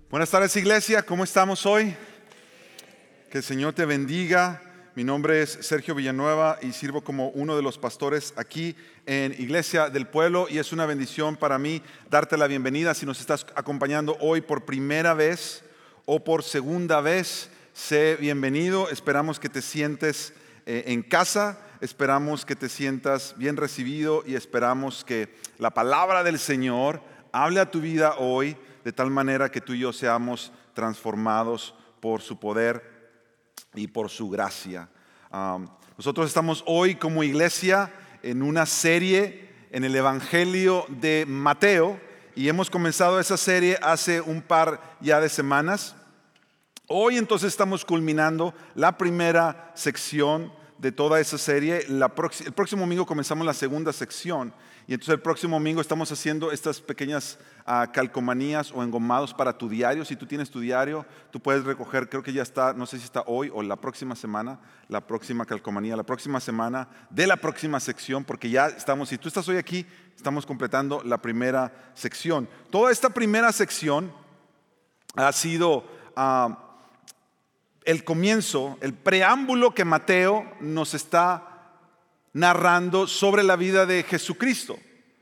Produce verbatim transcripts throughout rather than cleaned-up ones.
Buenas tardes, iglesia, ¿cómo estamos hoy? Que el Señor te bendiga. Mi nombre es Sergio Villanueva y sirvo como uno de los pastores aquí en Iglesia del Pueblo, y es una bendición para mí darte la bienvenida. Si nos estás acompañando hoy por primera vez o por segunda vez, sé bienvenido. Esperamos que te sientes eh, en casa, esperamos que te sientas bien recibido y esperamos que la palabra del Señor hable a tu vida hoy, de tal manera que tú y yo seamos transformados por su poder y por su gracia. Um, nosotros estamos hoy como iglesia en una serie en el Evangelio de Mateo, y hemos comenzado esa serie hace un par ya de semanas. Hoy entonces estamos culminando la primera sección de toda esa serie. La prox- el próximo domingo comenzamos la segunda sección, y entonces el próximo domingo estamos haciendo estas pequeñas uh, calcomanías o engomados para tu diario. Si tú tienes tu diario, tú puedes recoger, creo que ya está, no sé si está hoy o la próxima semana, la próxima calcomanía, la próxima semana de la próxima sección, porque ya estamos, si tú estás hoy aquí, estamos completando la primera sección. Toda esta primera sección ha sido Uh, el comienzo, el preámbulo que Mateo nos está narrando sobre la vida de Jesucristo.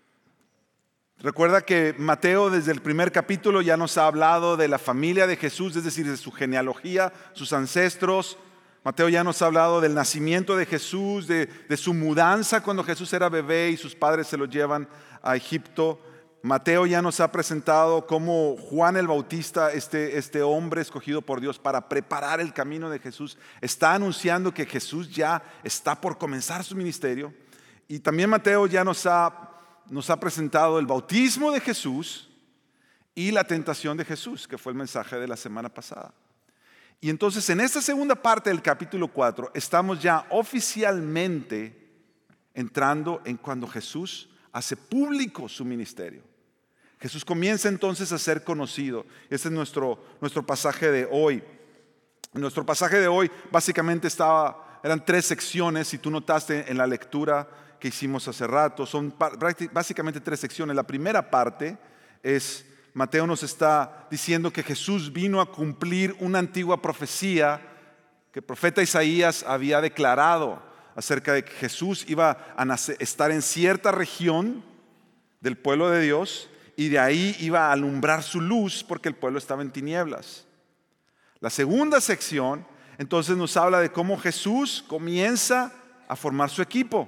Recuerda que Mateo desde el primer capítulo ya nos ha hablado de la familia de Jesús, es decir, de su genealogía, sus ancestros. Mateo ya nos ha hablado del nacimiento de Jesús, de, de su mudanza cuando Jesús era bebé y sus padres se lo llevan a Egipto. Mateo ya nos ha presentado cómo Juan el Bautista, este, este hombre escogido por Dios para preparar el camino de Jesús, está anunciando que Jesús ya está por comenzar su ministerio. Y también Mateo ya nos ha, nos ha presentado el bautismo de Jesús y la tentación de Jesús, que fue el mensaje de la semana pasada. Y entonces en esta segunda parte del capítulo cuatro estamos ya oficialmente entrando en cuando Jesús hace público su ministerio. Jesús comienza entonces a ser conocido. Este es nuestro, nuestro pasaje de hoy. Nuestro pasaje de hoy básicamente estaba, eran tres secciones. Si tú notaste en la lectura que hicimos hace rato, son básicamente tres secciones. La primera parte es, Mateo nos está diciendo que Jesús vino a cumplir una antigua profecía que el profeta Isaías había declarado acerca de que Jesús iba a nacer, estar en cierta región del pueblo de Dios, y de ahí iba a alumbrar su luz porque el pueblo estaba en tinieblas. La segunda sección entonces nos habla de cómo Jesús comienza a formar su equipo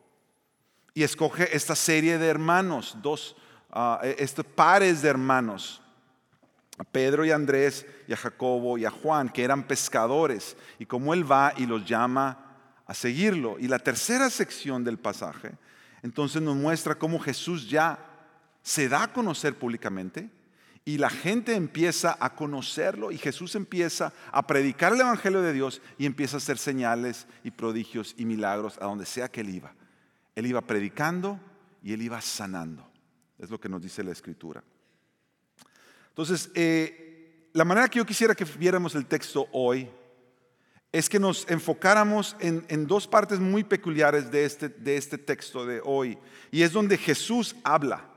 y escoge esta serie de hermanos, dos uh, estos pares de hermanos, a Pedro y a Andrés, y a Jacobo y a Juan, que eran pescadores, y cómo él va y los llama a seguirlo. Y la tercera sección del pasaje entonces nos muestra cómo Jesús ya se da a conocer públicamente y la gente empieza a conocerlo, y Jesús empieza a predicar el evangelio de Dios y empieza a hacer señales y prodigios y milagros a donde sea que él iba. Él iba predicando y él iba sanando. Es lo que nos dice la Escritura. Entonces, eh, la manera que yo quisiera que viéramos el texto hoy es que nos enfocáramos en, en dos partes muy peculiares de este, de este texto de hoy, y es donde Jesús habla.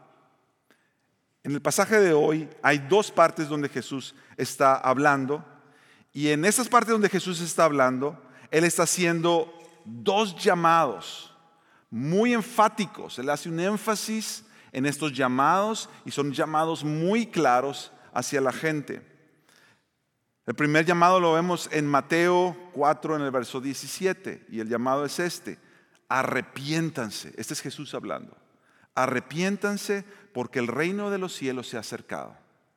En el pasaje de hoy hay dos partes donde Jesús está hablando, y en esas partes donde Jesús está hablando, Él está haciendo dos llamados muy enfáticos. Él hace un énfasis en estos llamados, y son llamados muy claros hacia la gente. El primer llamado lo vemos en Mateo cuatro, en el verso diecisiete, y el llamado es este: arrepiéntanse. Este es Jesús hablando. Arrepiéntanse porque el reino de los cielos se ha acercado.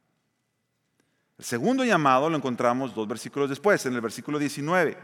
El segundo llamado lo encontramos dos versículos después, en el versículo diecinueve.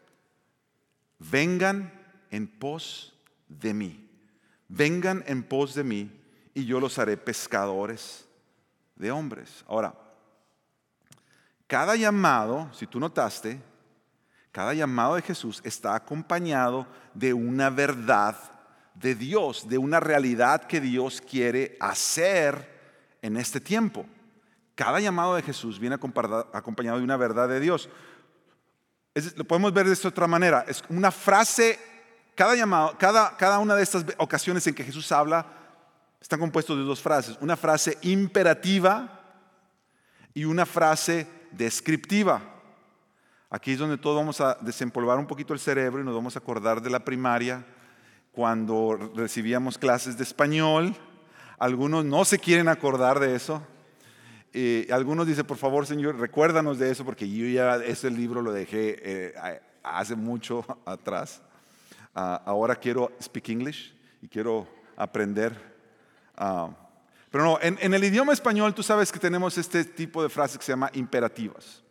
Vengan en pos de mí. Vengan en pos de mí y yo los haré pescadores de hombres. Ahora, cada llamado, si tú notaste, cada llamado de Jesús está acompañado de una verdad de Dios, de una realidad que Dios quiere hacer en este tiempo. Cada llamado de Jesús viene acompañado de una verdad de Dios. Es, lo podemos ver de esta otra manera. Es una frase, cada llamado, cada, cada una de estas ocasiones en que Jesús habla están compuestos de dos frases. Una frase imperativa y una frase descriptiva. Aquí es donde todos vamos a desempolvar un poquito el cerebro y nos vamos a acordar de la primaria, cuando recibíamos clases de español. Algunos no se quieren acordar de eso. Eh, algunos dicen, por favor, Señor, recuérdanos de eso, porque yo ya ese libro lo dejé eh, hace mucho atrás. Uh, ahora quiero speak English y quiero aprender. Uh, pero no, en, en el idioma español tú sabes que tenemos este tipo de frases que se llama imperativas.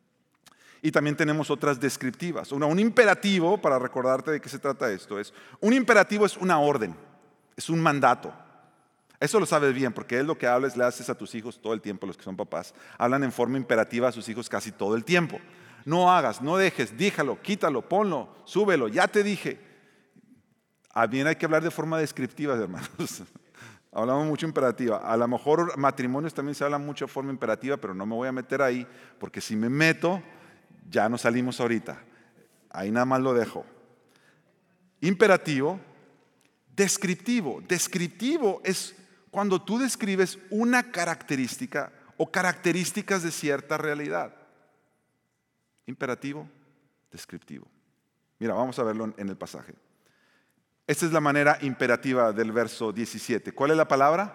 Y también tenemos otras descriptivas. Una, un imperativo, para recordarte de qué se trata esto, es un imperativo es una orden, es un mandato. Eso lo sabes bien, porque es lo que hablas, le haces a tus hijos todo el tiempo, los que son papás. Hablan en forma imperativa a sus hijos casi todo el tiempo. No hagas, no dejes, díjalo, quítalo, ponlo, súbelo, ya te dije. Bien, hay que hablar de forma descriptiva, hermanos. Hablamos mucho imperativa. A lo mejor matrimonios también se habla mucho de forma imperativa, pero no me voy a meter ahí, porque si me meto, ya no salimos ahorita. Ahí nada más lo dejo. Imperativo, descriptivo. Descriptivo es cuando tú describes una característica o características de cierta realidad. Imperativo, descriptivo. Mira, vamos a verlo en el pasaje. Esta es la manera imperativa del verso diecisiete. ¿Cuál es la palabra?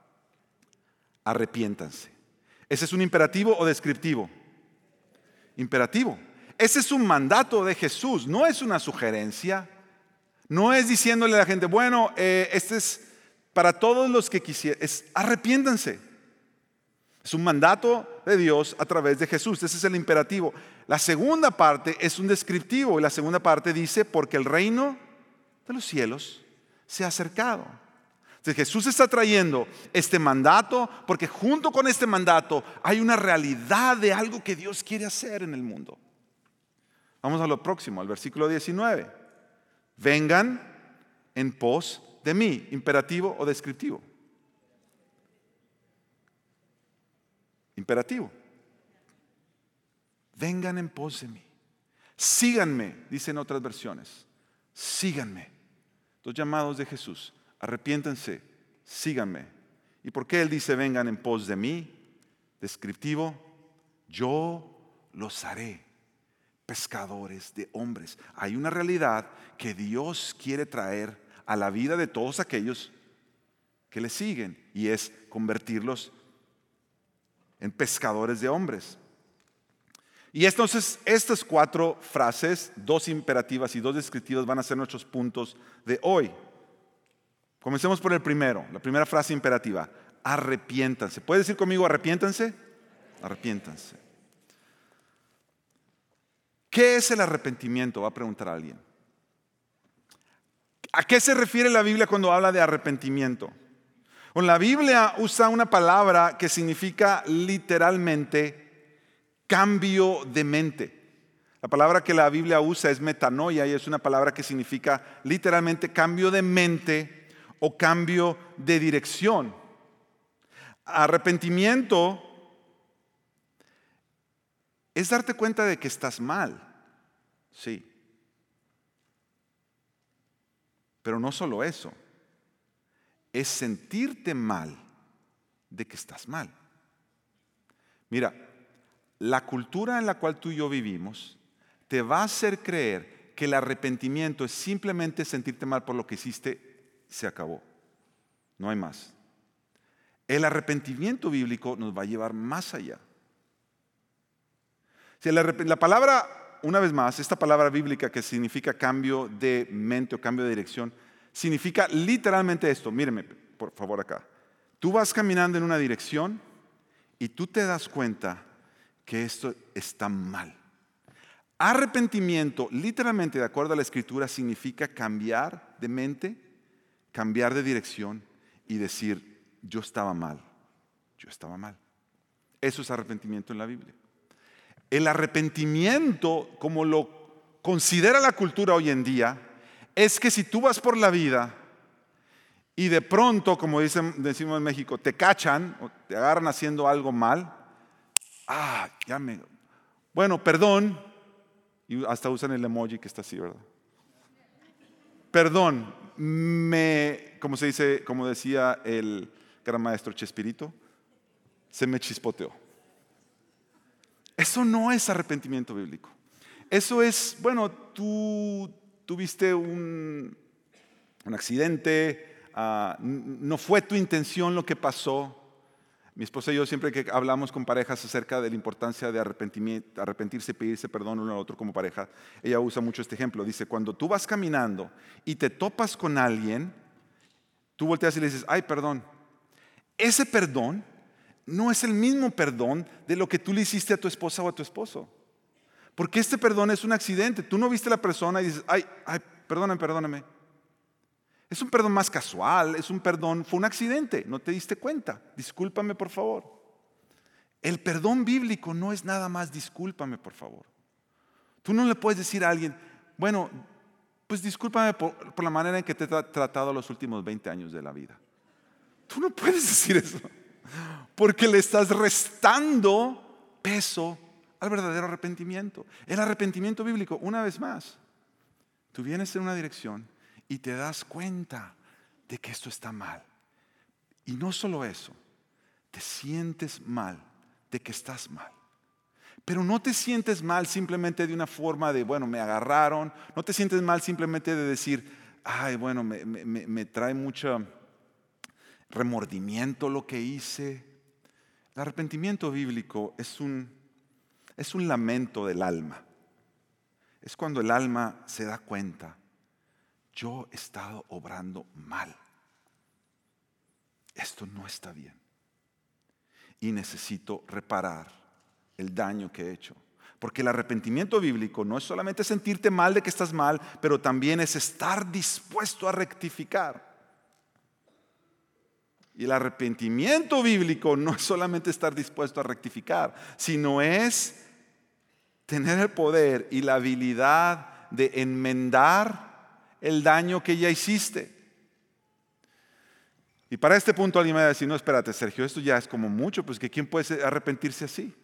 Arrepiéntanse. ¿Ese es un imperativo o descriptivo? Imperativo. Ese es un mandato de Jesús, no es una sugerencia. No es diciéndole a la gente, bueno, eh, este es para todos los que quisieran, es arrepiéntanse. Es un mandato de Dios a través de Jesús, ese es el imperativo. La segunda parte es un descriptivo y la segunda parte dice, porque el reino de los cielos se ha acercado. Entonces Jesús está trayendo este mandato porque junto con este mandato hay una realidad de algo que Dios quiere hacer en el mundo. Vamos a lo próximo, al versículo diecinueve. Vengan en pos de mí, imperativo o descriptivo. Imperativo. Vengan en pos de mí. Síganme, dicen otras versiones. Síganme. Dos llamados de Jesús. Arrepiéntanse, síganme. ¿Y por qué Él dice vengan en pos de mí? Descriptivo. Yo los haré pescadores de hombres. Hay una realidad que Dios quiere traer a la vida de todos aquellos que le siguen y es convertirlos en pescadores de hombres. Y entonces estas cuatro frases, dos imperativas y dos descriptivas, van a ser nuestros puntos de hoy. Comencemos por el primero, la primera frase imperativa. Arrepiéntanse. ¿Puedes decir conmigo arrepiéntanse? Arrepiéntanse. ¿Qué es el arrepentimiento? Va a preguntar alguien. ¿A qué se refiere la Biblia cuando habla de arrepentimiento? Bueno, la Biblia usa una palabra que significa literalmente cambio de mente. La palabra que la Biblia usa es metanoia y es una palabra que significa literalmente cambio de mente o cambio de dirección. Arrepentimiento es darte cuenta de que estás mal, sí. Pero no solo eso, es sentirte mal de que estás mal. Mira, la cultura en la cual tú y yo vivimos te va a hacer creer que el arrepentimiento es simplemente sentirte mal por lo que hiciste, se acabó. No hay más. El arrepentimiento bíblico nos va a llevar más allá. Si la, la palabra, una vez más, esta palabra bíblica que significa cambio de mente o cambio de dirección, significa literalmente esto. Mírenme, por favor, acá. Tú vas caminando en una dirección y tú te das cuenta que esto está mal. Arrepentimiento, literalmente, de acuerdo a la Escritura, significa cambiar de mente, cambiar de dirección y decir, yo estaba mal, yo estaba mal. Eso es arrepentimiento en la Biblia. El arrepentimiento, como lo considera la cultura hoy en día, es que si tú vas por la vida y de pronto, como dicen, decimos en México, te cachan o te agarran haciendo algo mal, ah, ya me... Bueno, perdón, y hasta usan el emoji que está así, ¿verdad? Perdón, me, como se dice, como decía el gran maestro Chespirito, se me chispoteó. Eso no es arrepentimiento bíblico. Eso es, bueno, tú tuviste un, un accidente, uh, no fue tu intención lo que pasó. Mi esposa y yo siempre que hablamos con parejas acerca de la importancia de arrepentirse y pedirse perdón uno al otro como pareja, ella usa mucho este ejemplo. Dice, cuando tú vas caminando y te topas con alguien, tú volteas y le dices, ay, perdón. Ese perdón no es el mismo perdón de lo que tú le hiciste a tu esposa o a tu esposo. Porque este perdón es un accidente. Tú no viste a la persona y dices, ay, ay, perdóname, perdóname. Es un perdón más casual, es un perdón, fue un accidente, no te diste cuenta. Discúlpame, por favor. El perdón bíblico no es nada más discúlpame, por favor. Tú no le puedes decir a alguien, bueno, pues discúlpame por, por la manera en que te he tratado los últimos veinte años de la vida. Tú no puedes decir eso, porque le estás restando peso al verdadero arrepentimiento. El arrepentimiento bíblico, una vez más, tú vienes en una dirección y te das cuenta de que esto está mal. Y no solo eso, te sientes mal de que estás mal. Pero no te sientes mal simplemente de una forma de, bueno, me agarraron. No te sientes mal simplemente de decir, ay, bueno, me, me, me trae mucho remordimiento lo que hice. El arrepentimiento bíblico es un, es un lamento del alma. Es cuando el alma se da cuenta, yo he estado obrando mal. Esto no está bien. Y necesito reparar el daño que he hecho. Porque el arrepentimiento bíblico no es solamente sentirte mal de que estás mal, pero también es estar dispuesto a rectificar. Y el arrepentimiento bíblico no es solamente estar dispuesto a rectificar, sino es tener el poder y la habilidad de enmendar el daño que ya hiciste. Y para este punto alguien me va a decir, no, espérate, Sergio, esto ya es como mucho, pues que ¿quién puede arrepentirse así?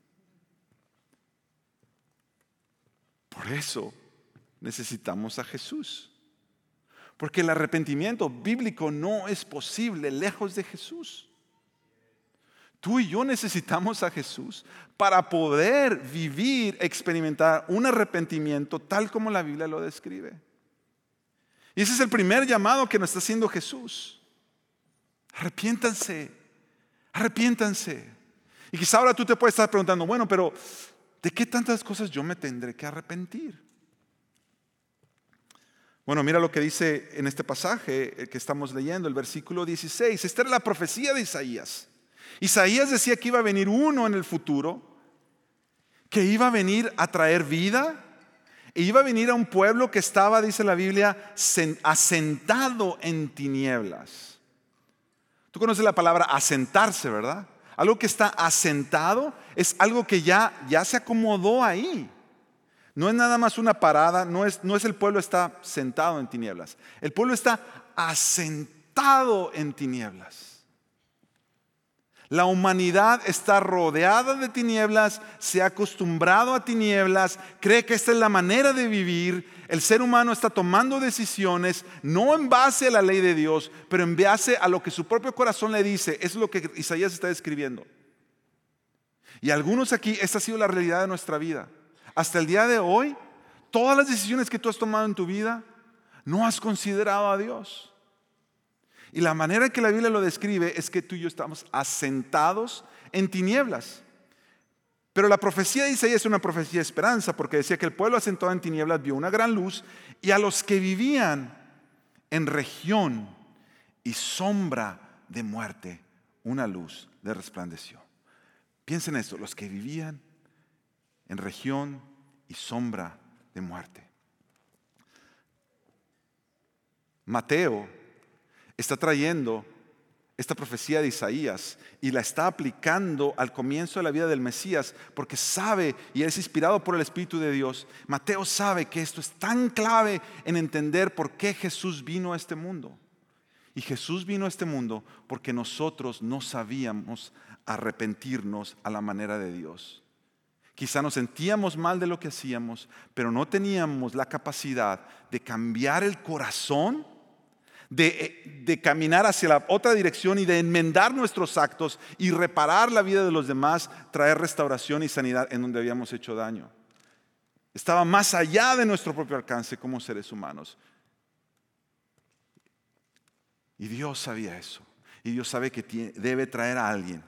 Por eso necesitamos a Jesús. Porque el arrepentimiento bíblico no es posible lejos de Jesús. Tú y yo necesitamos a Jesús para poder vivir, experimentar un arrepentimiento tal como la Biblia lo describe. Y ese es el primer llamado que nos está haciendo Jesús. Arrepiéntanse, arrepiéntanse. Y quizá ahora tú te puedes estar preguntando, bueno, pero ¿de qué tantas cosas yo me tendré que arrepentir? Bueno, mira lo que dice en este pasaje que estamos leyendo, el versículo dieciséis. Esta era la profecía de Isaías. Isaías decía que iba a venir uno en el futuro, que iba a venir a traer vida, e iba a venir a un pueblo que estaba, dice la Biblia, asentado en tinieblas. Tú conoces la palabra asentarse, ¿verdad? Algo que está asentado es algo que ya, ya se acomodó ahí. No es nada más una parada, no es, no es el pueblo está sentado en tinieblas. El pueblo está asentado en tinieblas. La humanidad está rodeada de tinieblas, se ha acostumbrado a tinieblas, cree que esta es la manera de vivir. El ser humano está tomando decisiones no en base a la ley de Dios, pero en base a lo que su propio corazón le dice. Eso es lo que Isaías está describiendo. Y algunos aquí, esta ha sido la realidad de nuestra vida. Hasta el día de hoy, todas las decisiones que tú has tomado en tu vida, no has considerado a Dios. Y la manera en que la Biblia lo describe es que tú y yo estamos asentados en tinieblas. Pero la profecía de Isaías es una profecía de esperanza, porque decía que el pueblo asentado en tinieblas vio una gran luz, y a los que vivían en región y sombra de muerte, una luz les resplandeció. Piensen esto, los que vivían en región y sombra de muerte. Mateo está trayendo esta profecía de Isaías y la está aplicando al comienzo de la vida del Mesías, porque sabe y es inspirado por el Espíritu de Dios. Mateo sabe que esto es tan clave en entender por qué Jesús vino a este mundo. Y Jesús vino a este mundo porque nosotros no sabíamos arrepentirnos a la manera de Dios. Quizá nos sentíamos mal de lo que hacíamos, pero no teníamos la capacidad de cambiar el corazón, de, de caminar hacia la otra dirección y de enmendar nuestros actos y reparar la vida de los demás, traer restauración y sanidad en donde habíamos hecho daño. Estaba más allá de nuestro propio alcance como seres humanos. Y Dios sabía eso. Y Dios sabe que tiene, debe traer a alguien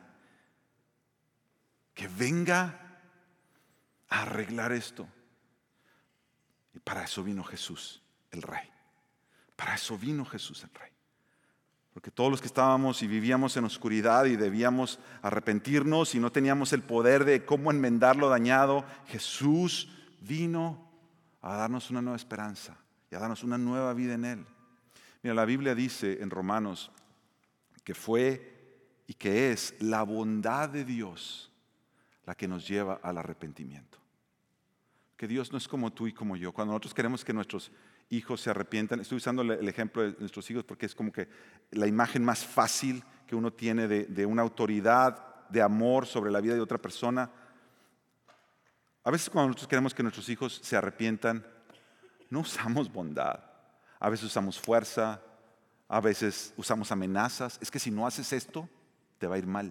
que venga a arreglar esto. Y para eso vino Jesús, el Rey. Para eso vino Jesús, el Rey. Porque todos los que estábamos y vivíamos en oscuridad y debíamos arrepentirnos y no teníamos el poder de cómo enmendar lo dañado, Jesús vino a darnos una nueva esperanza y a darnos una nueva vida en Él. Mira, la Biblia dice en Romanos que fue y que es la bondad de Dios la que nos lleva al arrepentimiento. Que Dios no es como tú y como yo. Cuando nosotros queremos que nuestros hijos se arrepientan, estoy usando el ejemplo de nuestros hijos porque es como que la imagen más fácil que uno tiene de, de una autoridad de amor sobre la vida de otra persona. A veces cuando nosotros queremos que nuestros hijos se arrepientan, no usamos bondad. A veces usamos fuerza, a veces usamos amenazas. Es que si no haces esto, te va a ir mal.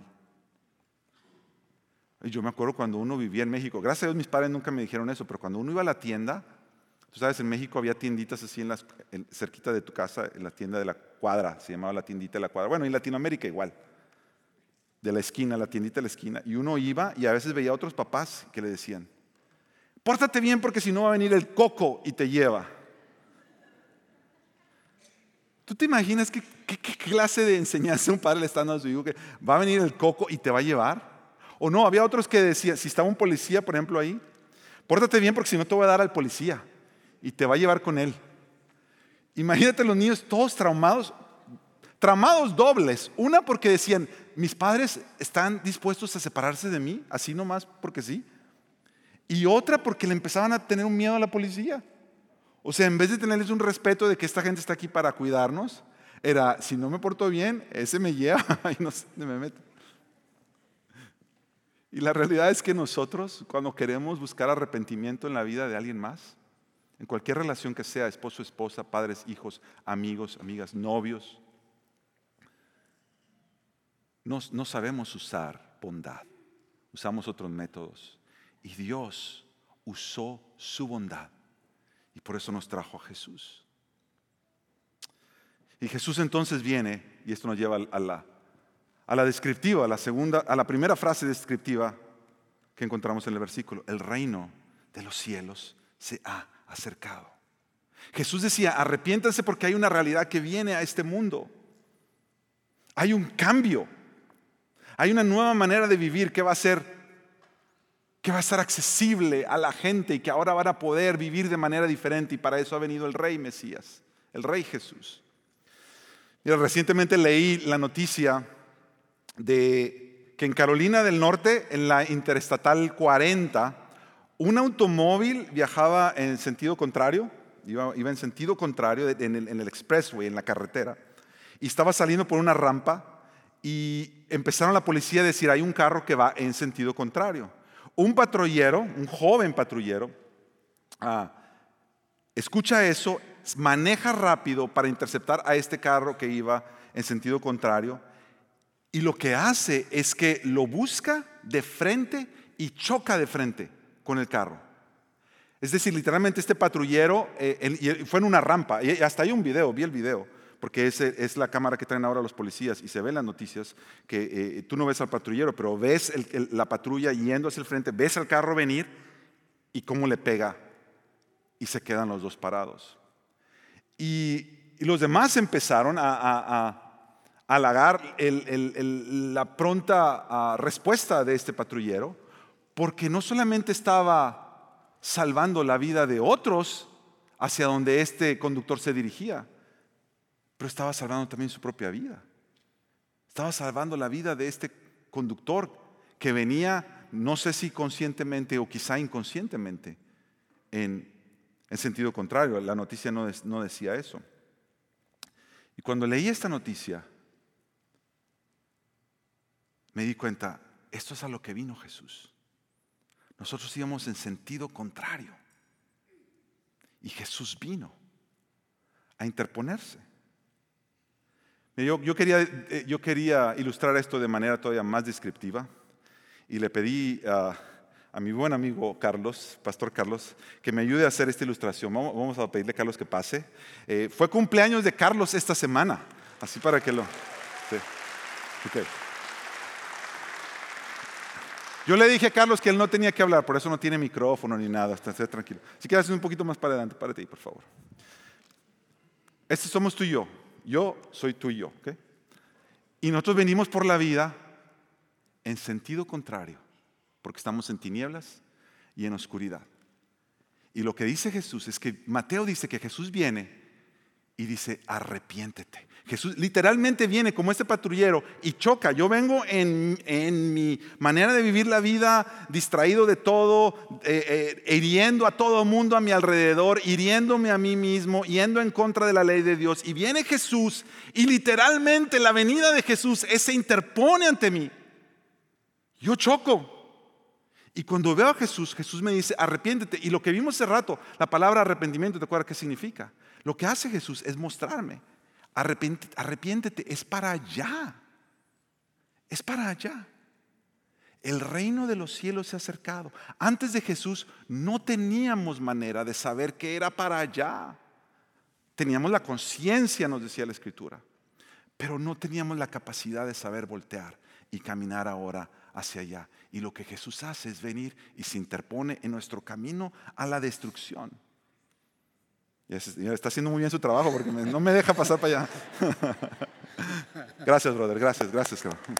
Y yo me acuerdo cuando uno vivía en México, gracias a Dios mis padres nunca me dijeron eso, pero cuando uno iba a la tienda, tú sabes, en México había tienditas así en las, en, cerquita de tu casa, en la tienda de la cuadra, se llamaba la tiendita de la cuadra. Bueno, en Latinoamérica igual, de la esquina, la tiendita de la esquina. Y uno iba y a veces veía a otros papás que le decían, pórtate bien porque si no va a venir el coco y te lleva. ¿Tú te imaginas qué, qué, qué clase de enseñanza un padre le está dando a su hijo que va a venir el coco y te va a llevar? O no, había otros que decían, si estaba un policía, por ejemplo, ahí, pórtate bien porque si no te voy a dar al policía y te va a llevar con él. Imagínate los niños todos traumados, traumados dobles. Una porque decían, mis padres están dispuestos a separarse de mí, así nomás porque sí. Y otra porque le empezaban a tener un miedo a la policía. O sea, en vez de tenerles un respeto de que esta gente está aquí para cuidarnos, era, si no me porto bien, ese me lleva y no sé dónde me meto. Y la realidad es que nosotros, cuando queremos buscar arrepentimiento en la vida de alguien más, en cualquier relación que sea, esposo, esposa, padres, hijos, amigos, amigas, novios, no, no sabemos usar bondad, usamos otros métodos. Y Dios usó su bondad y por eso nos trajo a Jesús. Y Jesús entonces viene, y esto nos lleva a la A la descriptiva, a la segunda, a la primera frase descriptiva que encontramos en el versículo. El reino de los cielos se ha acercado. Jesús decía, arrepiéntanse porque hay una realidad que viene a este mundo. Hay un cambio. Hay una nueva manera de vivir que va a ser, que va a estar accesible a la gente y que ahora van a poder vivir de manera diferente. Y para eso ha venido el Rey Mesías, el Rey Jesús. Mira, recientemente leí la noticia de que en Carolina del Norte, en la Interestatal cuarenta, un automóvil viajaba en sentido contrario, iba, iba en sentido contrario en el, en el expressway, en la carretera, y estaba saliendo por una rampa y empezaron la policía a decir, hay un carro que va en sentido contrario. Un patrullero, un joven patrullero, ah, escucha eso, maneja rápido para interceptar a este carro que iba en sentido contrario. Y lo que hace es que lo busca de frente y choca de frente con el carro. Es decir, literalmente este patrullero eh, él, fue en una rampa. Y hasta hay un video, vi el video, porque es, es la cámara que traen ahora los policías y se ven las noticias que eh, tú no ves al patrullero, pero ves el, el, la patrulla yendo hacia el frente, ves al carro venir y cómo le pega y se quedan los dos parados. Y, y los demás empezaron a... a, a halagar el, el, el, la pronta uh, respuesta de este patrullero, porque no solamente estaba salvando la vida de otros hacia donde este conductor se dirigía, pero estaba salvando también su propia vida. Estaba salvando la vida de este conductor que venía, no sé si conscientemente o quizá inconscientemente, en, en sentido contrario. La noticia no, no decía eso. Y cuando leí esta noticia, me di cuenta, esto es a lo que vino Jesús. Nosotros íbamos en sentido contrario. Y Jesús vino a interponerse. Yo, yo, quería, yo quería ilustrar esto de manera todavía más descriptiva y le pedí a, a mi buen amigo Carlos, Pastor Carlos, que me ayude a hacer esta ilustración. Vamos, vamos a pedirle a Carlos que pase. Eh, fue cumpleaños de Carlos esta semana, así para que lo... Sí. Okay. Yo le dije a Carlos que él no tenía que hablar, por eso no tiene micrófono ni nada, esté tranquilo. Si quieres un poquito más para adelante, párate ahí, por favor. Este somos tú y yo. Yo soy tú y yo. ¿Okay? Y nosotros venimos por la vida en sentido contrario, porque estamos en tinieblas y en oscuridad. Y lo que dice Jesús es que Mateo dice que Jesús viene y dice, arrepiéntete. Jesús literalmente viene como este patrullero y choca. Yo vengo en, en mi manera de vivir la vida, distraído de todo, eh, eh, hiriendo a todo el mundo a mi alrededor, hiriéndome a mí mismo, yendo en contra de la ley de Dios. Y viene Jesús y literalmente la venida de Jesús es, se interpone ante mí. Yo choco. Y cuando veo a Jesús, Jesús me dice, arrepiéntete. Y lo que vimos hace rato, la palabra arrepentimiento, ¿te acuerdas qué significa? Lo que hace Jesús es mostrarme. Arrepiéntete, arrepiéntete, es para allá. Es para allá. El reino de los cielos se ha acercado. Antes de Jesús no teníamos manera de saber que era para allá. Teníamos la conciencia, nos decía la Escritura, pero no teníamos la capacidad de saber voltear y caminar ahora hacia allá. Y lo que Jesús hace es venir y se interpone en nuestro camino a la destrucción. Ya está haciendo muy bien su trabajo porque me, no me deja pasar para allá. Gracias, brother, gracias, gracias.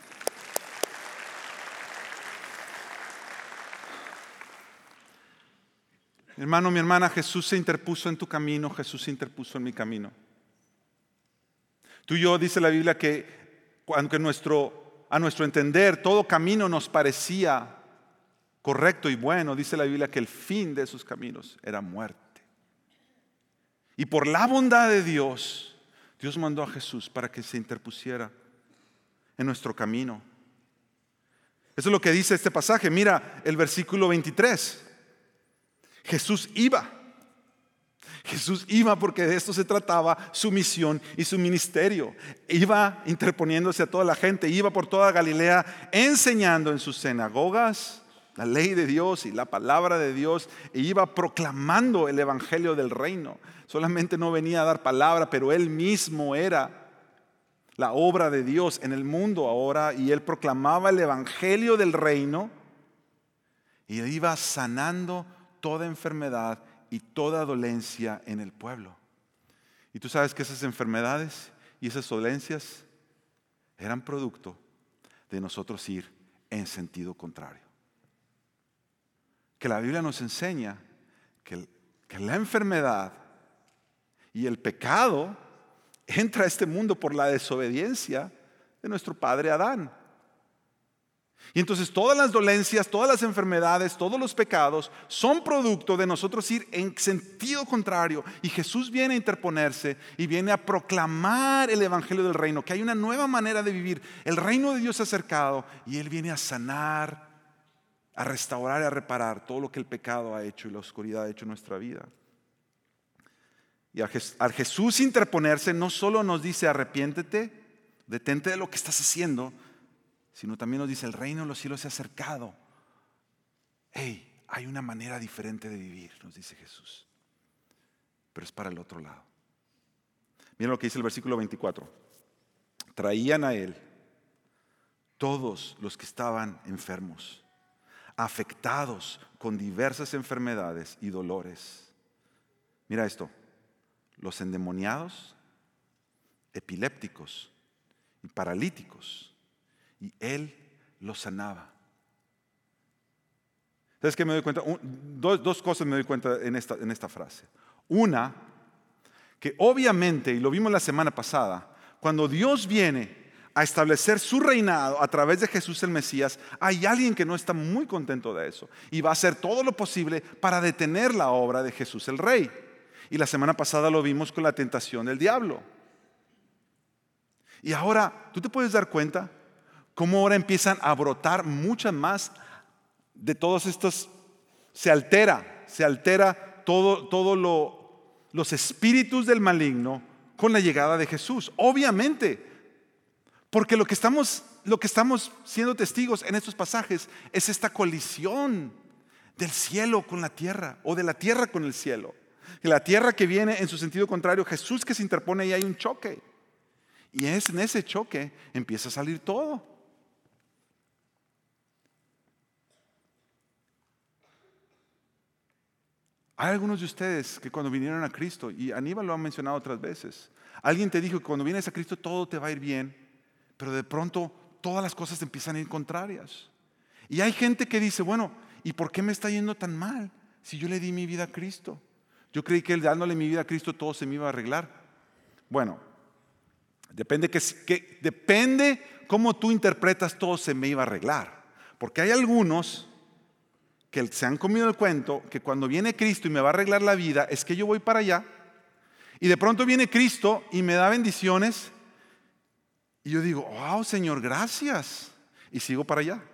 Mi hermano, mi hermana, Jesús se interpuso en tu camino, Jesús se interpuso en mi camino. Tú y yo, dice la Biblia, que aunque nuestro, a nuestro entender todo camino nos parecía correcto y bueno, dice la Biblia que el fin de esos caminos era muerte. Y por la bondad de Dios, Dios mandó a Jesús para que se interpusiera en nuestro camino. Eso es lo que dice este pasaje. Mira el versículo veintitrés. Jesús iba. Jesús iba porque de esto se trataba su misión y su ministerio. Iba interponiéndose a toda la gente. Iba por toda Galilea enseñando en sus sinagogas la ley de Dios y la palabra de Dios, e iba proclamando el evangelio del reino. Solamente no venía a dar palabra, pero él mismo era la obra de Dios en el mundo ahora, y él proclamaba el evangelio del reino y iba sanando toda enfermedad y toda dolencia en el pueblo. Y tú sabes que esas enfermedades y esas dolencias eran producto de nosotros ir en sentido contrario. Que la Biblia nos enseña que, que la enfermedad y el pecado entra a este mundo por la desobediencia de nuestro padre Adán. Y entonces todas las dolencias, todas las enfermedades, todos los pecados son producto de nosotros ir en sentido contrario. Y Jesús viene a interponerse y viene a proclamar el evangelio del reino, que hay una nueva manera de vivir. El reino de Dios se ha acercado y Él viene a sanar, a restaurar y a reparar todo lo que el pecado ha hecho y la oscuridad ha hecho en nuestra vida. Y al Jesús interponerse no solo nos dice arrepiéntete, detente de lo que estás haciendo, sino también nos dice el reino de los cielos se ha acercado. Hey, hay una manera diferente de vivir, nos dice Jesús, pero es para el otro lado. Miren lo que dice el versículo veinticuatro. Traían a él todos los que estaban enfermos, afectados con diversas enfermedades y dolores. Mira esto: los endemoniados, epilépticos y paralíticos, y él los sanaba. ¿Sabes qué me doy cuenta? Un, dos, dos cosas me doy cuenta en esta, en esta frase. Una, que obviamente, y lo vimos la semana pasada, cuando Dios viene a establecer su reinado a través de Jesús el Mesías, hay alguien que no está muy contento de eso y va a hacer todo lo posible para detener la obra de Jesús el Rey. Y la semana pasada lo vimos con la tentación del diablo. Y ahora, ¿tú te puedes dar cuenta cómo ahora empiezan a brotar muchas más de todos estos? Se altera, se altera todo, todo lo, los espíritus del maligno con la llegada de Jesús. Obviamente, Porque lo que estamos, lo que estamos siendo testigos en estos pasajes es esta colisión del cielo con la tierra o de la tierra con el cielo. Y la tierra que viene en su sentido contrario, Jesús que se interpone y hay un choque. Y es en ese choque empieza a salir todo. Hay algunos de ustedes que cuando vinieron a Cristo, y Aníbal lo ha mencionado otras veces, alguien te dijo que cuando vienes a Cristo todo te va a ir bien, pero de pronto todas las cosas te empiezan a ir contrarias. Y hay gente que dice, bueno, ¿y por qué me está yendo tan mal si yo le di mi vida a Cristo? Yo creí que dándole mi vida a Cristo todo se me iba a arreglar. Bueno, depende, que, que, depende cómo tú interpretas todo se me iba a arreglar. Porque hay algunos que se han comido el cuento que cuando viene Cristo y me va a arreglar la vida es que yo voy para allá y de pronto viene Cristo y me da bendiciones y yo digo, wow, Señor, gracias, y sigo para allá.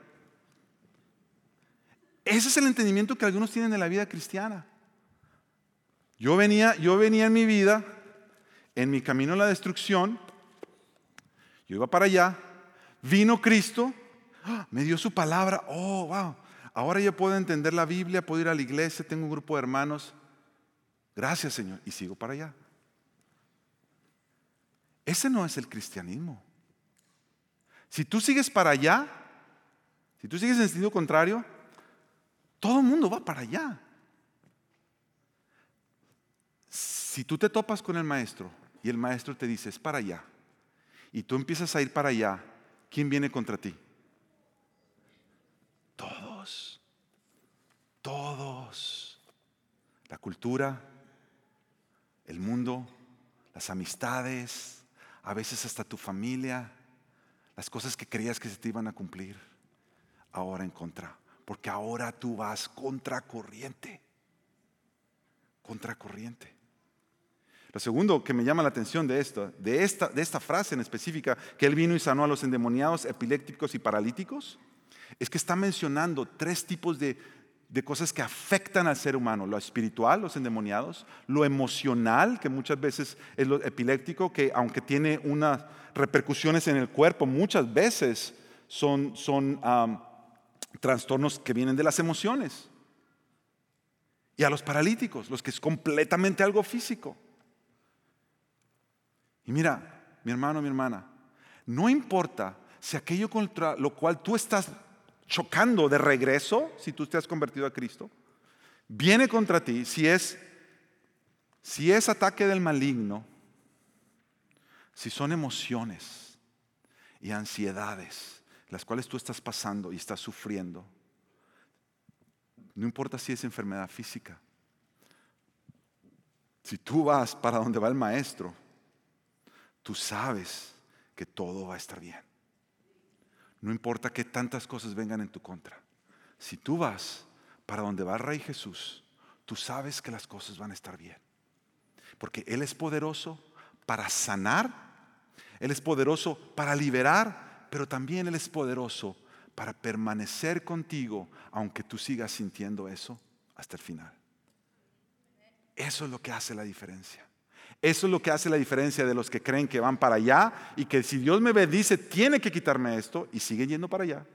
Ese es el entendimiento que algunos tienen de la vida cristiana. Yo venía, yo venía en mi vida, en mi camino a la destrucción, yo iba para allá, vino Cristo, me dio su palabra, oh, wow, ahora yo puedo entender la Biblia, puedo ir a la iglesia, tengo un grupo de hermanos, gracias Señor, y sigo para allá. Ese no es el cristianismo. Si tú sigues para allá, si tú sigues en sentido contrario, todo el mundo va para allá. Si tú te topas con el maestro y el maestro te dice es para allá y tú empiezas a ir para allá, ¿quién viene contra ti? Todos, todos. La cultura, el mundo, las amistades, a veces hasta tu familia, las cosas que creías que se te iban a cumplir, ahora en contra. Porque ahora tú vas contracorriente. Contracorriente. Lo segundo que me llama la atención de esto, de esta, de esta frase en específica, que Él vino y sanó a los endemoniados, epilépticos y paralíticos, es que está mencionando tres tipos de, de cosas que afectan al ser humano. Lo espiritual, los endemoniados, lo emocional, que muchas veces es lo epiléptico, que aunque tiene unas repercusiones en el cuerpo, muchas veces son, son um, trastornos que vienen de las emociones. Y a los paralíticos, los que es completamente algo físico. Y mira, mi hermano, mi hermana, no importa si aquello contra lo cual tú estás chocando de regreso, si tú te has convertido a Cristo, viene contra ti, si es, si es ataque del maligno, si son emociones y ansiedades, las cuales tú estás pasando y estás sufriendo, no importa si es enfermedad física, si tú vas para donde va el maestro, tú sabes que todo va a estar bien. No importa que tantas cosas vengan en tu contra. Si tú vas para donde va el Rey Jesús, tú sabes que las cosas van a estar bien. Porque Él es poderoso para sanar, Él es poderoso para liberar, pero también Él es poderoso para permanecer contigo, aunque tú sigas sintiendo eso hasta el final. Eso es lo que hace la diferencia. Eso es lo que hace la diferencia de los que creen que van para allá y que si Dios me bendice tiene que quitarme esto y siguen yendo para allá.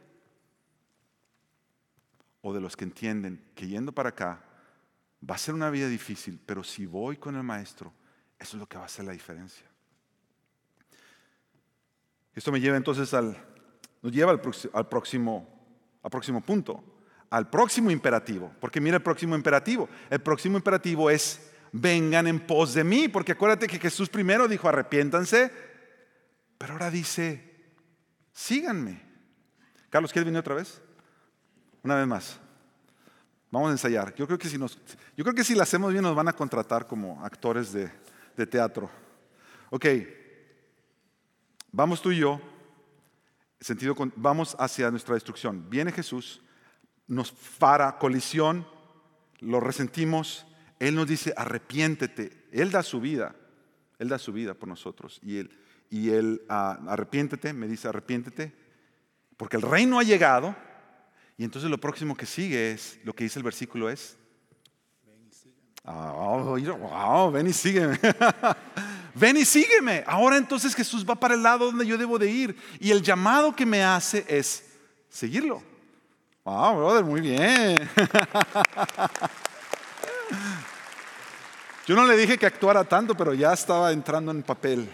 O de los que entienden que yendo para acá va a ser una vida difícil, pero si voy con el maestro, eso es lo que va a hacer la diferencia. Esto me lleva entonces al, nos lleva al, al, próximo, al próximo punto, al próximo imperativo. Porque mira el próximo imperativo. El próximo imperativo es vengan en pos de mí, porque acuérdate que Jesús primero dijo arrepiéntanse, pero ahora dice síganme. Carlos, ¿quieres venir otra vez? Una vez más. Vamos a ensayar. Yo creo que si nos, yo creo que si lo hacemos bien nos van a contratar como actores de, de teatro. Ok, vamos tú y yo, sentido con, vamos hacia nuestra destrucción. Viene Jesús, nos para, colisión, lo resentimos. Él nos dice, arrepiéntete. Él da su vida. Él da su vida por nosotros. Y Él, y él uh, arrepiéntete, me dice, arrepiéntete. Porque el reino ha llegado. Y entonces lo próximo que sigue es, lo que dice el versículo es, ven y sígueme. Oh, oh, ven y sígueme. ven y sígueme. Ahora entonces Jesús va para el lado donde yo debo de ir. Y el llamado que me hace es seguirlo. Wow, brother, muy bien. Yo no le dije que actuara tanto, pero ya estaba entrando en papel.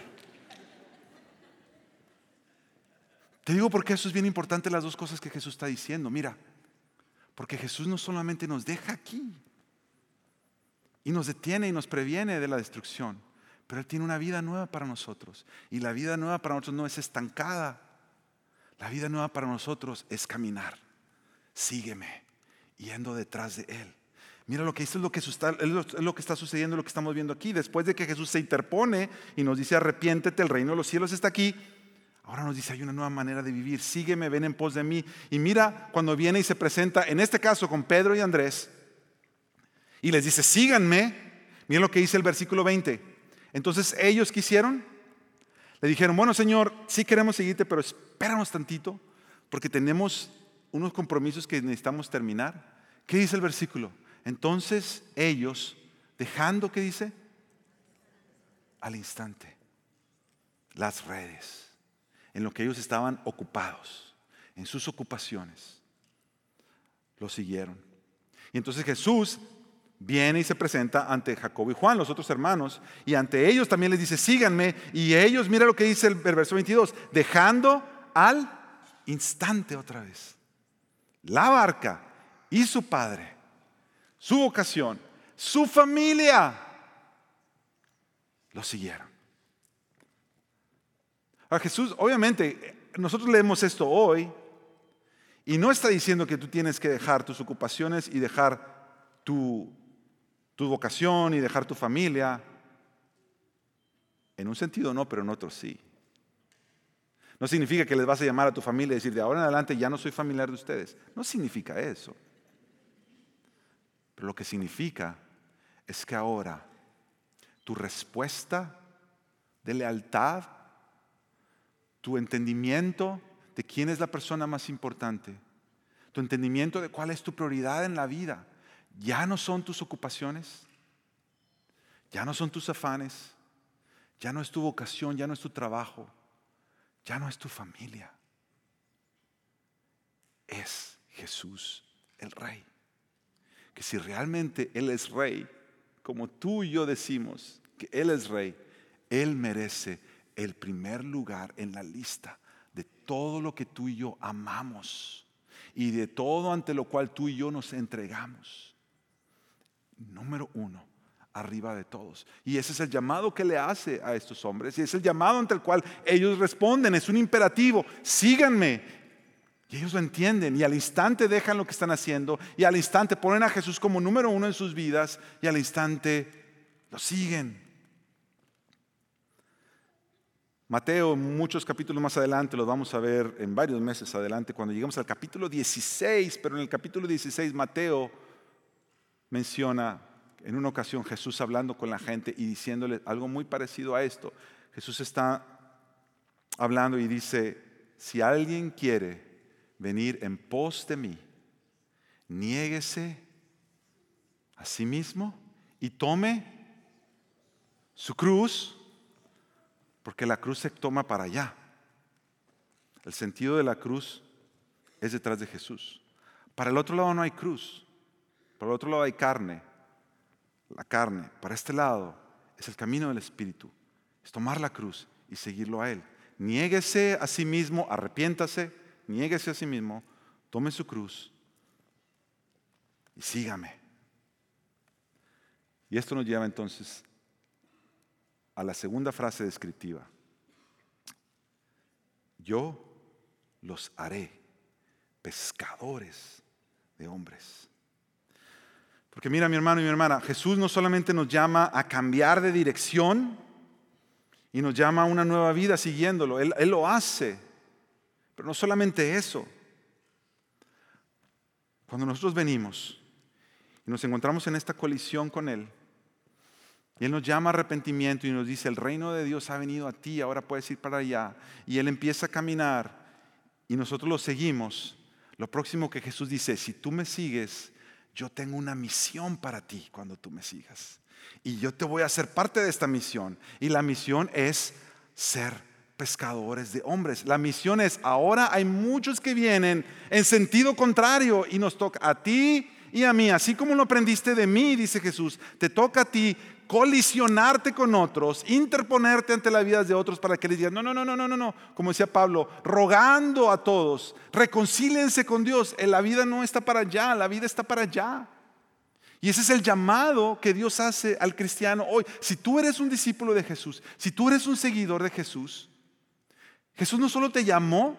Te digo porque eso es bien importante, las dos cosas que Jesús está diciendo. Mira, porque Jesús no solamente nos deja aquí y nos detiene y nos previene de la destrucción, pero Él tiene una vida nueva para nosotros. Y la vida nueva para nosotros no es estancada. La vida nueva para nosotros es caminar. Sígueme, yendo detrás de Él. Mira lo que esto es lo que, está, es lo que está sucediendo, lo que estamos viendo aquí. Después de que Jesús se interpone y nos dice arrepiéntete, el reino de los cielos está aquí. Ahora nos dice hay una nueva manera de vivir. Sígueme, ven en pos de mí. Y mira cuando viene y se presenta, en este caso con Pedro y Andrés, y les dice síganme. Mira lo que dice el versículo veinte. Entonces ellos quisieron, le dijeron, bueno Señor, sí queremos seguirte, pero espéranos tantito, porque tenemos unos compromisos que necesitamos terminar. ¿Qué dice el versículo? Entonces ellos, dejando, ¿qué dice? Al instante, las redes, en lo que ellos estaban ocupados, en sus ocupaciones, lo siguieron. Y entonces Jesús viene y se presenta ante Jacobo y Juan, los otros hermanos, y ante ellos también les dice, síganme. Y ellos, mira lo que dice el verso veintidós, dejando al instante otra vez la barca y su padre, su vocación, su familia, lo siguieron. A Jesús, obviamente, nosotros leemos esto hoy y no está diciendo que tú tienes que dejar tus ocupaciones y dejar tu, tu vocación y dejar tu familia. En un sentido no, pero en otro sí. No significa que les vas a llamar a tu familia y decir de ahora en adelante ya no soy familiar de ustedes. No significa eso. Pero lo que significa es que ahora tu respuesta de lealtad, tu entendimiento de quién es la persona más importante, tu entendimiento de cuál es tu prioridad en la vida, ya no son tus ocupaciones, ya no son tus afanes, ya no es tu vocación, ya no es tu trabajo, ya no es tu familia. Es Jesús el Rey. Que si realmente Él es Rey, como tú y yo decimos que Él es Rey, Él merece el primer lugar en la lista de todo lo que tú y yo amamos y de todo ante lo cual tú y yo nos entregamos. Número uno, arriba de todos. Y ese es el llamado que le hace a estos hombres y es el llamado ante el cual ellos responden. Es un imperativo, síganme. Y ellos lo entienden y al instante dejan lo que están haciendo y al instante ponen a Jesús como número uno en sus vidas y al instante lo siguen. Mateo, muchos capítulos más adelante, los vamos a ver en varios meses adelante, cuando lleguemos al capítulo dieciséis, pero en el capítulo dieciséis Mateo menciona en una ocasión Jesús hablando con la gente y diciéndole algo muy parecido a esto. Jesús está hablando y dice, si alguien quiere venir en pos de mí, niéguese a sí mismo y tome su cruz, porque la cruz se toma para allá. El sentido de la cruz es detrás de Jesús. Para el otro lado no hay cruz, para el otro lado hay carne, la carne. Para este lado es el camino del Espíritu, es tomar la cruz y seguirlo a Él. Niéguese a sí mismo, arrepiéntase, niéguese a sí mismo, tome su cruz y sígame. Y esto nos lleva entonces a la segunda frase descriptiva. Yo los haré pescadores de hombres. Porque mira, mi hermano y mi hermana, Jesús no solamente nos llama a cambiar de dirección y nos llama a una nueva vida siguiéndolo, Él, Él lo hace. Pero no solamente eso. Cuando nosotros venimos y nos encontramos en esta colisión con Él, y Él nos llama a arrepentimiento y nos dice, el reino de Dios ha venido a ti, ahora puedes ir para allá. Y Él empieza a caminar y nosotros lo seguimos. Lo próximo que Jesús dice, si tú me sigues, yo tengo una misión para ti cuando tú me sigas. Y yo te voy a hacer parte de esta misión. Y la misión es ser pescadores de hombres. La misión es, ahora hay muchos que vienen en sentido contrario y nos toca a ti y a mí. Así como lo aprendiste de mí, dice Jesús, te toca a ti colisionarte con otros, interponerte ante las vidas de otros para que les digan, no, no, no, no, no, no, no, como decía Pablo, rogando a todos, reconcíliense con Dios. La vida no está para allá, la vida está para allá. Y ese es el llamado que Dios hace al cristiano hoy. Si tú eres un discípulo de Jesús, si tú eres un seguidor de Jesús, Jesús no solo te llamó,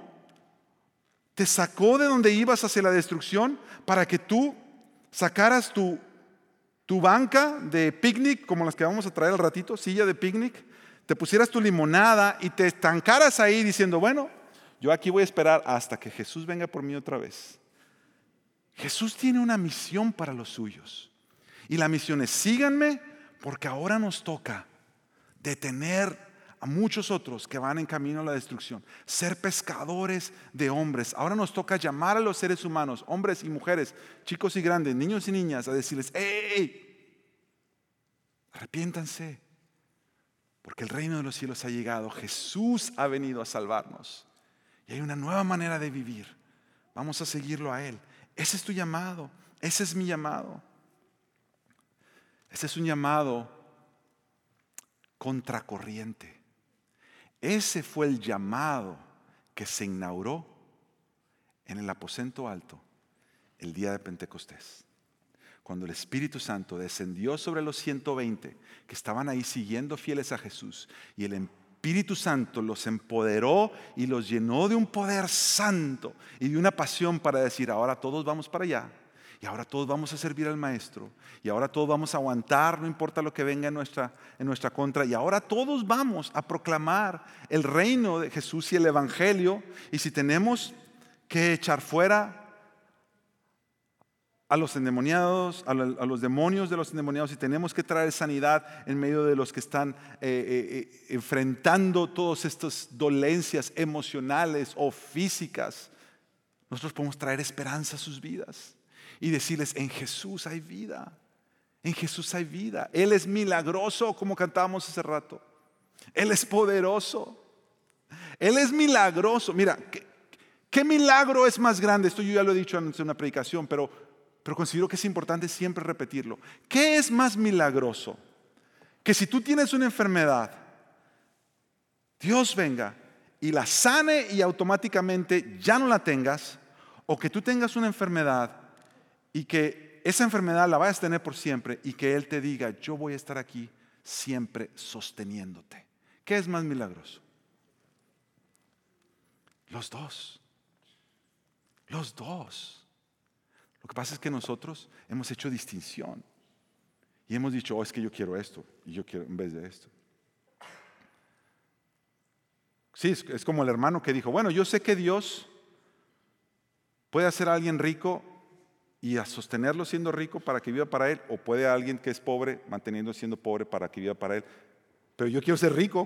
te sacó de donde ibas hacia la destrucción para que tú sacaras tu tu banca de picnic, como las que vamos a traer al ratito, silla de picnic, te pusieras tu limonada y te estancaras ahí diciendo, bueno, yo aquí voy a esperar hasta que Jesús venga por mí otra vez. Jesús tiene una misión para los suyos. Y la misión es, síganme, porque ahora nos toca detener a muchos otros que van en camino a la destrucción, ser pescadores de hombres. Ahora nos toca llamar a los seres humanos, hombres y mujeres, chicos y grandes, niños y niñas, a decirles, ¡hey! Arrepiéntanse, porque el reino de los cielos ha llegado. Jesús ha venido a salvarnos y hay una nueva manera de vivir. Vamos a seguirlo a Él. Ese es tu llamado, ese es mi llamado. Ese es un llamado contracorriente. Ese fue el llamado que se inauguró en el aposento alto el día de Pentecostés, cuando el Espíritu Santo descendió sobre los ciento veinte que estaban ahí siguiendo fieles a Jesús, y el Espíritu Santo los empoderó y los llenó de un poder santo y de una pasión para decir, ahora todos vamos para allá. Y ahora todos vamos a servir al Maestro. Y ahora todos vamos a aguantar, no importa lo que venga en nuestra, en nuestra contra. Y ahora todos vamos a proclamar el reino de Jesús y el Evangelio. Y si tenemos que echar fuera a los endemoniados, a, lo, a los demonios de los endemoniados, si tenemos que traer sanidad en medio de los que están eh, eh, enfrentando todas estas dolencias emocionales o físicas, nosotros podemos traer esperanza a sus vidas. Y decirles, en Jesús hay vida, en Jesús hay vida. Él es milagroso, como cantábamos hace rato. Él es poderoso, Él es milagroso. Mira, ¿qué, qué milagro es más grande? Esto yo ya lo he dicho en una predicación, pero, pero considero que es importante siempre repetirlo. ¿Qué es más milagroso? Que si tú tienes una enfermedad, Dios venga y la sane y automáticamente ya no la tengas, o que tú tengas una enfermedad y que esa enfermedad la vayas a tener por siempre y que Él te diga, yo voy a estar aquí siempre sosteniéndote. ¿Qué es más milagroso? Los dos. Los dos. Lo que pasa es que nosotros hemos hecho distinción y hemos dicho, oh, es que yo quiero esto y yo quiero en vez de esto. Sí, es, es como el hermano que dijo, bueno, yo sé que Dios puede hacer a alguien rico y a sostenerlo siendo rico para que viva para Él, o puede a alguien que es pobre manteniendo siendo pobre para que viva para Él. Pero yo quiero ser rico.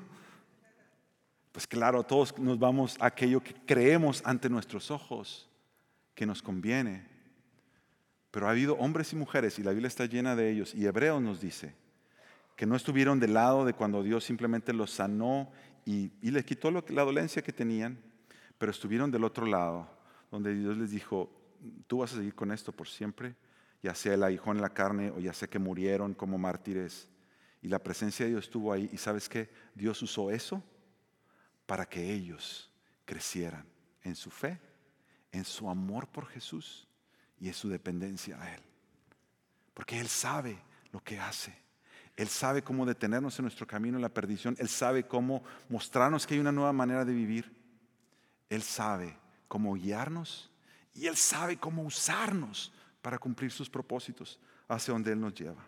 Pues claro, todos nos vamos a aquello que creemos ante nuestros ojos que nos conviene. Pero ha habido hombres y mujeres, y la Biblia está llena de ellos, y Hebreos nos dice que no estuvieron del lado de cuando Dios simplemente los sanó y, y les quitó lo, la dolencia que tenían, pero estuvieron del otro lado, donde Dios les dijo, tú vas a seguir con esto por siempre, ya sea el aguijón en la carne o ya sea que murieron como mártires. Y la presencia de Dios estuvo ahí. ¿Y sabes qué? Dios usó eso para que ellos crecieran en su fe, en su amor por Jesús y en su dependencia a Él. Porque Él sabe lo que hace. Él sabe cómo detenernos en nuestro camino en la perdición. Él sabe cómo mostrarnos que hay una nueva manera de vivir. Él sabe cómo guiarnos. Y Él sabe cómo usarnos para cumplir sus propósitos hacia donde Él nos lleva.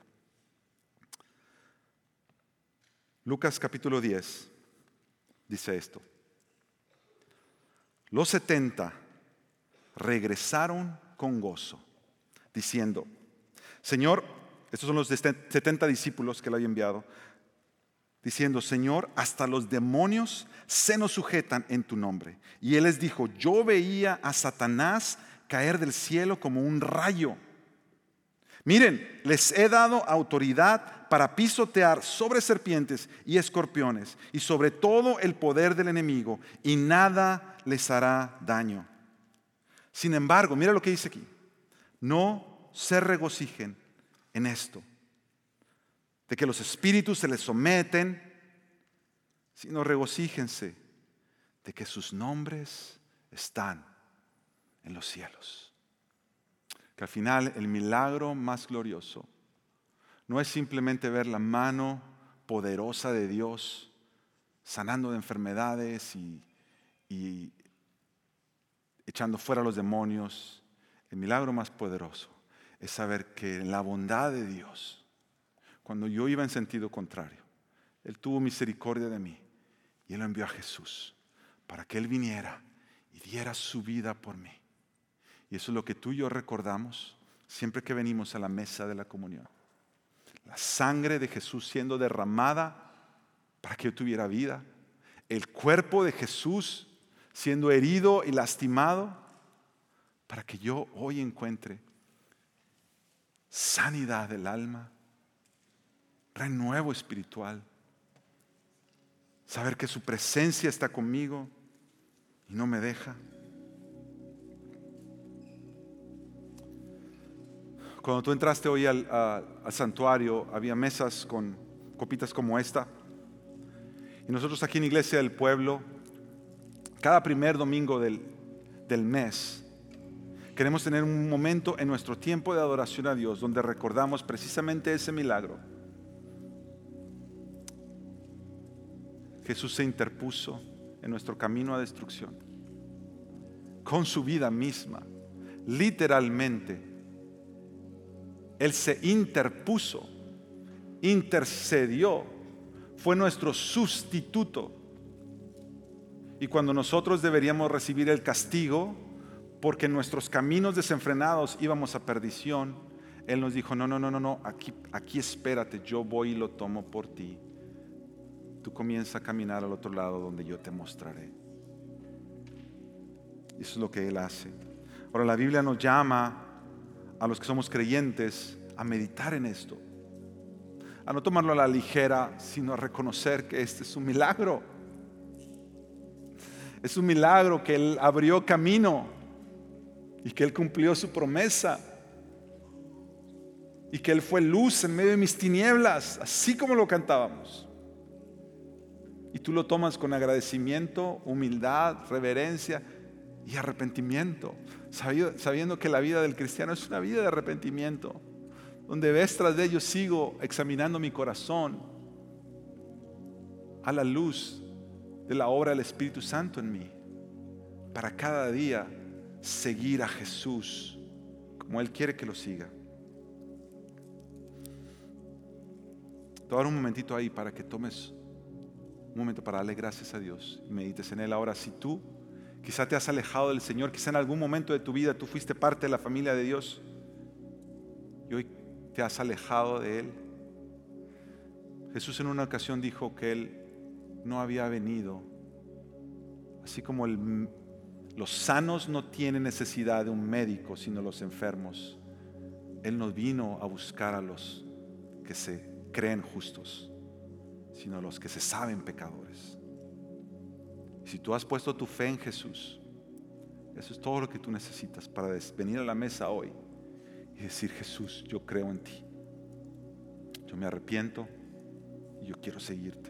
Lucas capítulo diez dice esto. Los setenta regresaron con gozo, diciendo, Señor, estos son los setenta discípulos que Él había enviado, diciendo, Señor, hasta los demonios se nos sujetan en tu nombre. Y Él les dijo, yo veía a Satanás caer del cielo como un rayo. Miren, les he dado autoridad para pisotear sobre serpientes y escorpiones y sobre todo el poder del enemigo, y nada les hará daño. Sin embargo, mira lo que dice aquí: no se regocijen en esto, de que los espíritus se les someten, sino regocíjense de que sus nombres están en los cielos. Que al final el milagro más glorioso no es simplemente ver la mano poderosa de Dios sanando de enfermedades y, y echando fuera a los demonios. El milagro más poderoso es saber que en la bondad de Dios, cuando yo iba en sentido contrario, Él tuvo misericordia de mí y Él envió a Jesús para que Él viniera y diera su vida por mí. Y eso es lo que tú y yo recordamos siempre que venimos a la mesa de la comunión. La sangre de Jesús siendo derramada para que yo tuviera vida. El cuerpo de Jesús siendo herido y lastimado para que yo hoy encuentre sanidad del alma, renuevo espiritual, saber que su presencia está conmigo y no me deja. Cuando tú entraste hoy al, a, al santuario, había mesas con copitas como esta. Y nosotros aquí en Iglesia del Pueblo, cada primer domingo del, del mes, queremos tener un momento en nuestro tiempo de adoración a Dios donde recordamos precisamente ese milagro. Jesús se interpuso en nuestro camino a destrucción con su vida misma, literalmente. Él se interpuso, intercedió, fue nuestro sustituto. Y cuando nosotros deberíamos recibir el castigo porque en nuestros caminos desenfrenados íbamos a perdición, Él nos dijo: no, no, no, no, no, aquí, aquí espérate, yo voy y lo tomo por ti. Tú comienza a caminar al otro lado donde yo te mostraré. Eso es lo que Él hace. Ahora, la Biblia nos llama a los que somos creyentes a meditar en esto, a no tomarlo a la ligera, sino a reconocer que este es un milagro. Es un milagro que Él abrió camino y que Él cumplió su promesa y que Él fue luz en medio de mis tinieblas, así como lo cantábamos. Y tú lo tomas con agradecimiento, humildad, reverencia y arrepentimiento, sabiendo que la vida del cristiano es una vida de arrepentimiento, donde vez tras de ello sigo examinando mi corazón a la luz de la obra del Espíritu Santo en mí, para cada día seguir a Jesús como Él quiere que lo siga. Te voy a dar un momentito ahí para que tomes un momento para darle gracias a Dios y medites en Él. Ahora, si tú quizá te has alejado del Señor, quizá en algún momento de tu vida tú fuiste parte de la familia de Dios y hoy te has alejado de Él. Jesús en una ocasión dijo que Él no había venido, así como el, los sanos no tienen necesidad de un médico, sino los enfermos. Él no vino a buscar a los que se creen justos, sino a los que se saben pecadores. Si tú has puesto tu fe en Jesús, eso es todo lo que tú necesitas para venir a la mesa hoy y decir: Jesús, yo creo en ti, yo me arrepiento y yo quiero seguirte.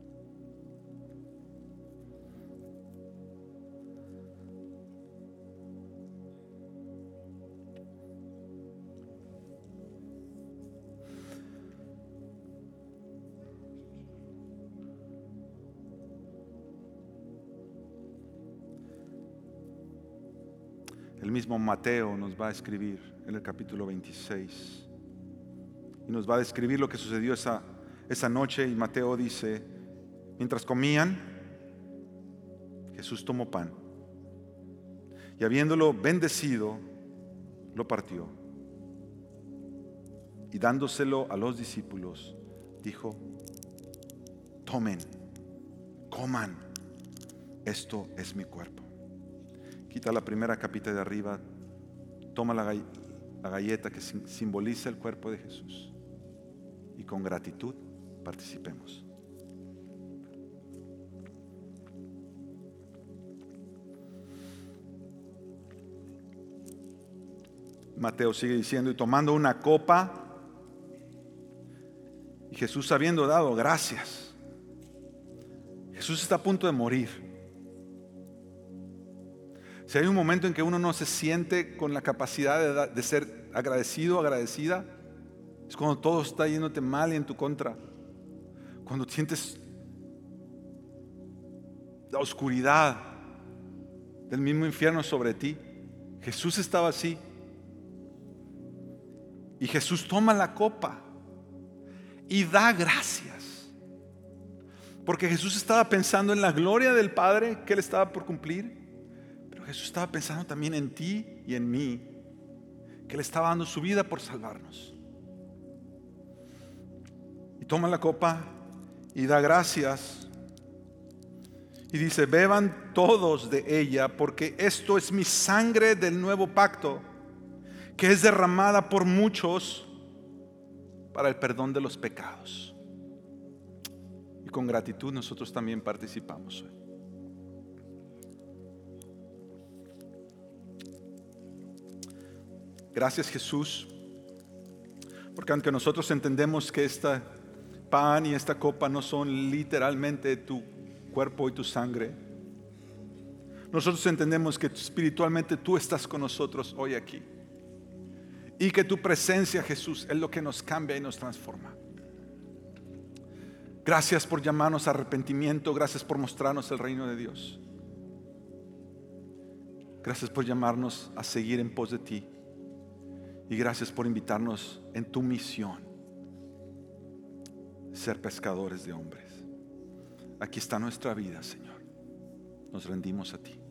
El mismo Mateo nos va a escribir en el capítulo veintiséis y nos va a describir lo que sucedió esa, esa noche. Y Mateo dice: mientras comían, Jesús tomó pan y habiéndolo bendecido, lo partió y dándoselo a los discípulos, dijo: tomen, coman, esto es mi cuerpo. Quita la primera capita de arriba, toma la, la galleta que sim- simboliza el cuerpo de Jesús. Y con gratitud participemos. Mateo sigue diciendo, y tomando una copa, y Jesús habiendo dado gracias. Jesús está a punto de morir. Si hay un momento en que uno no se siente con la capacidad de, da- de ser agradecido, agradecida, es cuando todo está yéndote mal y en tu contra. Cuando sientes la oscuridad del mismo infierno sobre ti. Jesús estaba así. Y Jesús toma la copa y da gracias. Porque Jesús estaba pensando en la gloria del Padre que Él estaba por cumplir. Pero Jesús estaba pensando también en ti y en mí, que Él estaba dando su vida por salvarnos. Y toma la copa y da gracias. Y dice, beban todos de ella, porque esto es mi sangre del nuevo pacto, que es derramada por muchos para el perdón de los pecados. Y con gratitud nosotros también participamos hoy. Gracias, Jesús, porque aunque nosotros entendemos que este pan y esta copa no son literalmente tu cuerpo y tu sangre, nosotros entendemos que espiritualmente tú estás con nosotros hoy aquí. Y que tu presencia, Jesús, es lo que nos cambia y nos transforma. Gracias por llamarnos a arrepentimiento. Gracias por mostrarnos el reino de Dios. Gracias por llamarnos a seguir en pos de ti. Y gracias por invitarnos en tu misión, ser pescadores de hombres. Aquí está nuestra vida, Señor. Nos rendimos a ti.